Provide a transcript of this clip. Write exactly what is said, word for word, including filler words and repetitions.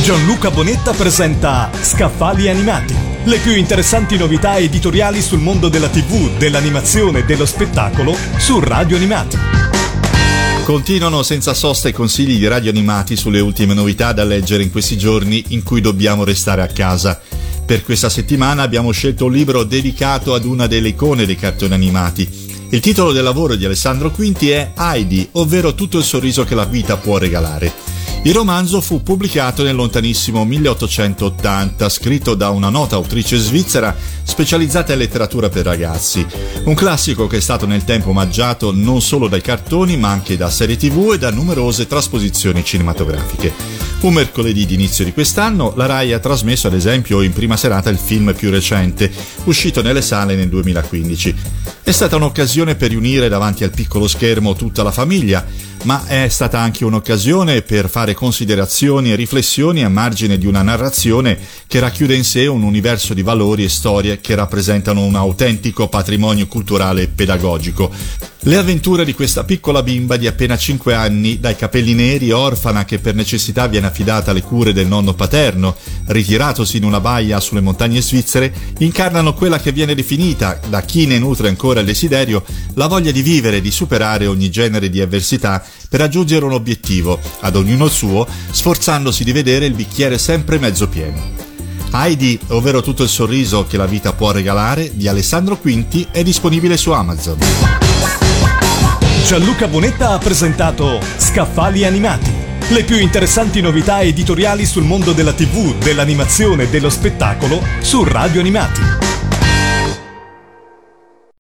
Gianluca Bonetta presenta Scaffali Animati, le più interessanti novità editoriali sul mondo della tivù, dell'animazione e dello spettacolo su Radio Animati. Continuano senza sosta i consigli di Radio Animati sulle ultime novità da leggere in questi giorni in cui dobbiamo restare a casa. Per questa settimana abbiamo scelto un libro dedicato ad una delle icone dei cartoni animati. Il titolo del lavoro di Alessandro Quinti è Heidi, ovvero tutto il sorriso che la vita può regalare. Il romanzo fu pubblicato nel lontanissimo milleottocentottanta, scritto da una nota autrice svizzera specializzata in letteratura per ragazzi. Un classico che è stato nel tempo omaggiato non solo dai cartoni ma anche da serie tivù e da numerose trasposizioni cinematografiche. Un mercoledì d'inizio di quest'anno la Rai ha trasmesso ad esempio in prima serata il film più recente, uscito nelle sale nel duemilaquindici. È stata un'occasione per riunire davanti al piccolo schermo tutta la famiglia, ma è stata anche un'occasione per fare considerazioni e riflessioni a margine di una narrazione che racchiude in sé un universo di valori e storie che rappresentano un autentico patrimonio culturale e pedagogico. Le avventure di questa piccola bimba di appena cinque anni, dai capelli neri, orfana che per necessità viene affidata alle cure del nonno paterno, ritiratosi in una baia sulle montagne svizzere, incarnano quella che viene definita, da chi ne nutre ancora il desiderio, la voglia di vivere e di superare ogni genere di avversità per raggiungere un obiettivo, ad ognuno il suo, sforzandosi di vedere il bicchiere sempre mezzo pieno. Heidi, ovvero tutto il sorriso che la vita può regalare, di Alessandro Quinti, è disponibile su Amazon. Gianluca Bonetta ha presentato Scaffali Animati, le più interessanti novità editoriali sul mondo della tivù, dell'animazione e dello spettacolo su Radio Animati.